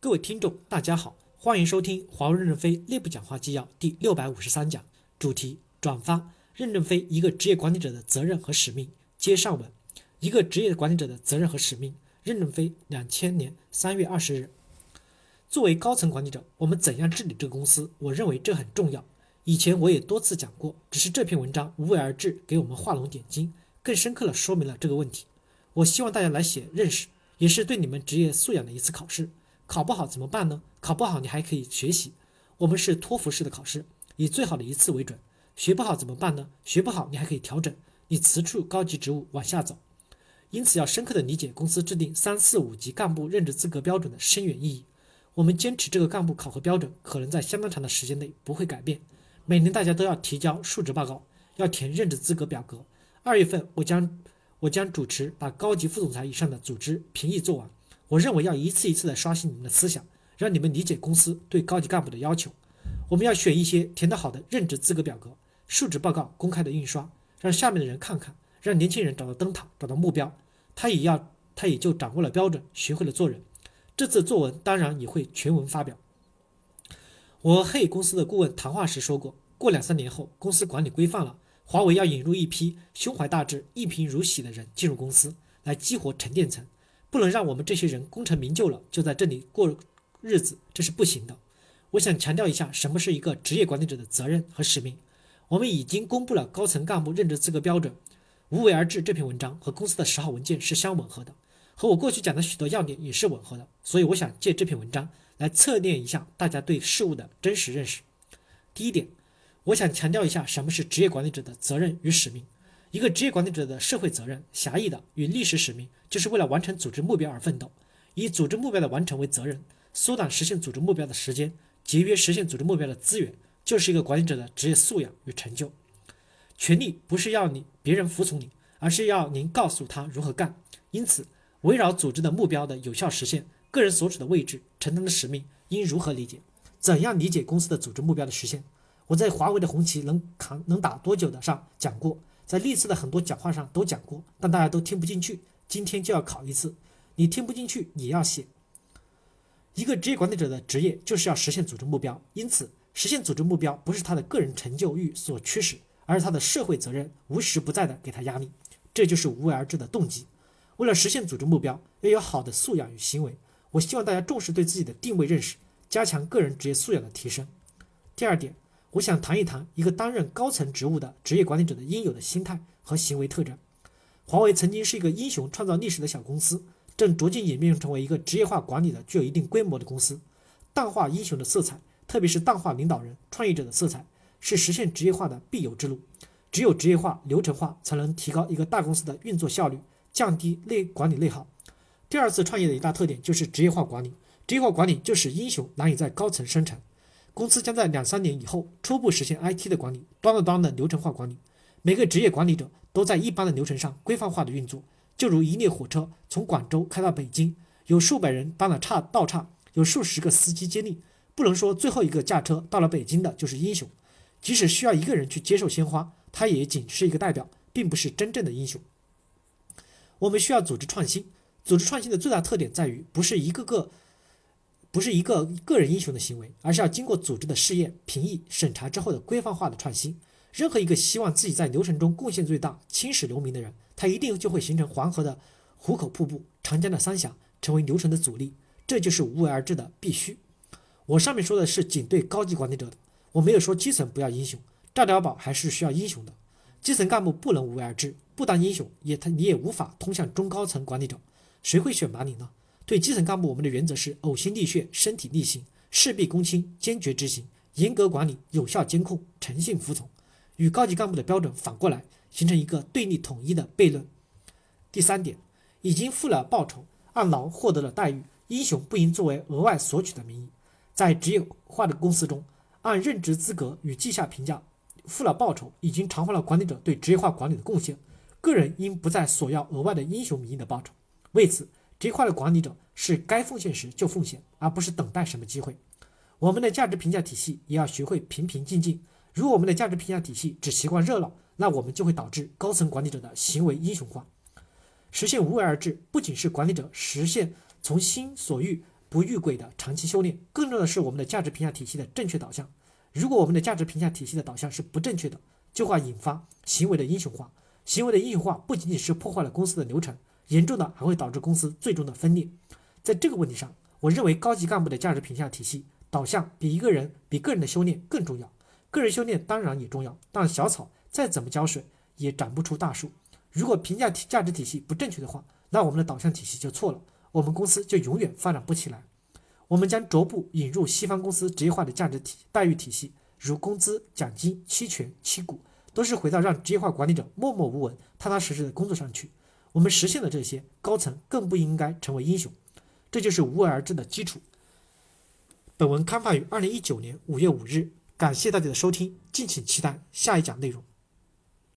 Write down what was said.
各位听众，大家好，欢迎收听华为任正非内部讲话纪要第653讲，主题：转发任正非一个职业管理者的责任和使命。接上文，一个职业管理者的责任和使命。任正非2000年3月20日。作为高层管理者，我们怎样治理这个公司？我认为这很重要。以前我也多次讲过，只是这篇文章无为而治，给我们画龙点睛，更深刻地说明了这个问题。我希望大家来写认识，也是对你们职业素养的一次考试。考不好怎么办呢？考不好你还可以学习，我们是托福式的考试，以最好的一次为准。学不好怎么办呢？学不好你还可以调整，你辞去高级职务往下走。因此要深刻地理解公司制定3、4、5级干部任职资格标准的深远意义。我们坚持这个干部考核标准，可能在相当长的时间内不会改变。每年大家都要提交述职报告，要填任职资格表格。2月份我将主持把高级副总裁以上的组织评议做完。我认为要一次一次地刷新你们的思想，让你们理解公司对高级干部的要求。我们要选一些填得好的任职资格表格，述职报告公开的印刷，让下面的人看看，让年轻人找到灯塔，找到目标，他也就掌握了标准，学会了做人。这次作文当然也会全文发表。我和嘿公司的顾问谈话时说过，过2、3年后，公司管理规范了，华为要引入一批胸怀大志、一贫如洗的人进入公司，来激活沉淀层。不能让我们这些人功成名就了就在这里过日子，这是不行的。我想强调一下什么是一个职业管理者的责任和使命。我们已经公布了高层干部任职资格标准，无为而治这篇文章和公司的10号文件是相吻合的，和我过去讲的许多要点也是吻合的，所以我想借这篇文章来测验一下大家对事物的真实认识。第一点，我想强调一下什么是职业管理者的责任与使命。一个职业管理者的社会责任，狭义的与历史使命，就是为了完成组织目标而奋斗，以组织目标的完成为责任，缩短实现组织目标的时间，节约实现组织目标的资源，就是一个管理者的职业素养与成就。权力不是要别人服从你，而是要您告诉他如何干。因此，围绕组织的目标的有效实现，个人所处的位置、承担的使命应如何理解？怎样理解公司的组织目标的实现？我在华为的红旗能打多久的上讲过，在历次的很多讲话上都讲过，但大家都听不进去。今天就要考一次，你听不进去也要写。一个职业管理者的职业就是要实现组织目标，因此实现组织目标不是他的个人成就欲所驱使，而是他的社会责任无时不在的给他压力。这就是无为而治的动机。为了实现组织目标，要有好的素养与行为。我希望大家重视对自己的定位认识，加强个人职业素养的提升。第二点，我想谈一谈一个担任高层职务的职业管理者的应有的心态和行为特征。华为曾经是一个英雄创造历史的小公司，正逐渐演变成为一个职业化管理的具有一定规模的公司。淡化英雄的色彩，特别是淡化领导人、创业者的色彩，是实现职业化的必由之路。只有职业化、流程化，才能提高一个大公司的运作效率，降低管理内耗。第二次创业的一大特点就是职业化管理。职业化管理就使英雄难以在高层生成。公司将在2、3年以后初步实现 IT 的管理，端到端的流程化管理。每个职业管理者都在一般的流程上规范化的运作，就如一列火车从广州开到北京，有数百人帮了道岔，有数十个司机接力，不能说最后一个驾车到了北京的就是英雄。即使需要一个人去接受鲜花，他也仅是一个代表，并不是真正的英雄。我们需要组织创新，组织创新的最大特点在于不是一个个人英雄的行为，而是要经过组织的试验、评议、审查之后的规范化的创新。任何一个希望自己在流程中贡献最大、青史留名的人，他一定就会形成黄河的壶口瀑布、长江的三峡，成为流程的阻力。这就是无为而治的必须。我上面说的是仅对高级管理者的，我没有说基层不要英雄，赵碉堡还是需要英雄的。基层干部不能无为而治，不当英雄你也无法通向中高层管理者，谁会选拔你呢？对基层干部，我们的原则是呕心沥血、身体力行、事必躬亲、坚决执行、严格管理、有效监控、诚信服从，与高级干部的标准反过来，形成一个对立统一的悖论。第三点，已经付了报酬，按劳获得了待遇，英雄不应作为额外索取的名义。在职业化的公司中，按任职资格与绩效评价付了报酬，已经偿还了管理者对职业化管理的贡献，个人应不再索要额外的英雄名义的报酬。为此，职业化的管理者是该奉献时就奉献，而不是等待什么机会。我们的价值评价体系也要学会平平静静。如果我们的价值评价体系只习惯热闹，那我们就会导致高层管理者的行为英雄化。实现无为而治，不仅是管理者实现从心所欲不遇鬼的长期修炼，更重要的是我们的价值评价体系的正确导向。如果我们的价值评价体系的导向是不正确的，就会引发行为的英雄化。行为的英雄化不仅仅是破坏了公司的流程，严重的还会导致公司最终的分裂。在这个问题上，我认为高级干部的价值评价体系导向比个人的修炼更重要。个人修炼当然也重要，但小草再怎么浇水也长不出大树。如果评价价值体系不正确的话，那我们的导向体系就错了，我们公司就永远发展不起来。我们将逐步引入西方公司职业化的价值待遇体系，如工资、奖金、期权、期股，都是回到让职业化管理者默默无闻、踏踏实实的工作上去。我们实现了这些，高层更不应该成为英雄，这就是无为而治的基础。本文刊发于2019年5月5日，感谢大家的收听，敬请期待下一讲内容。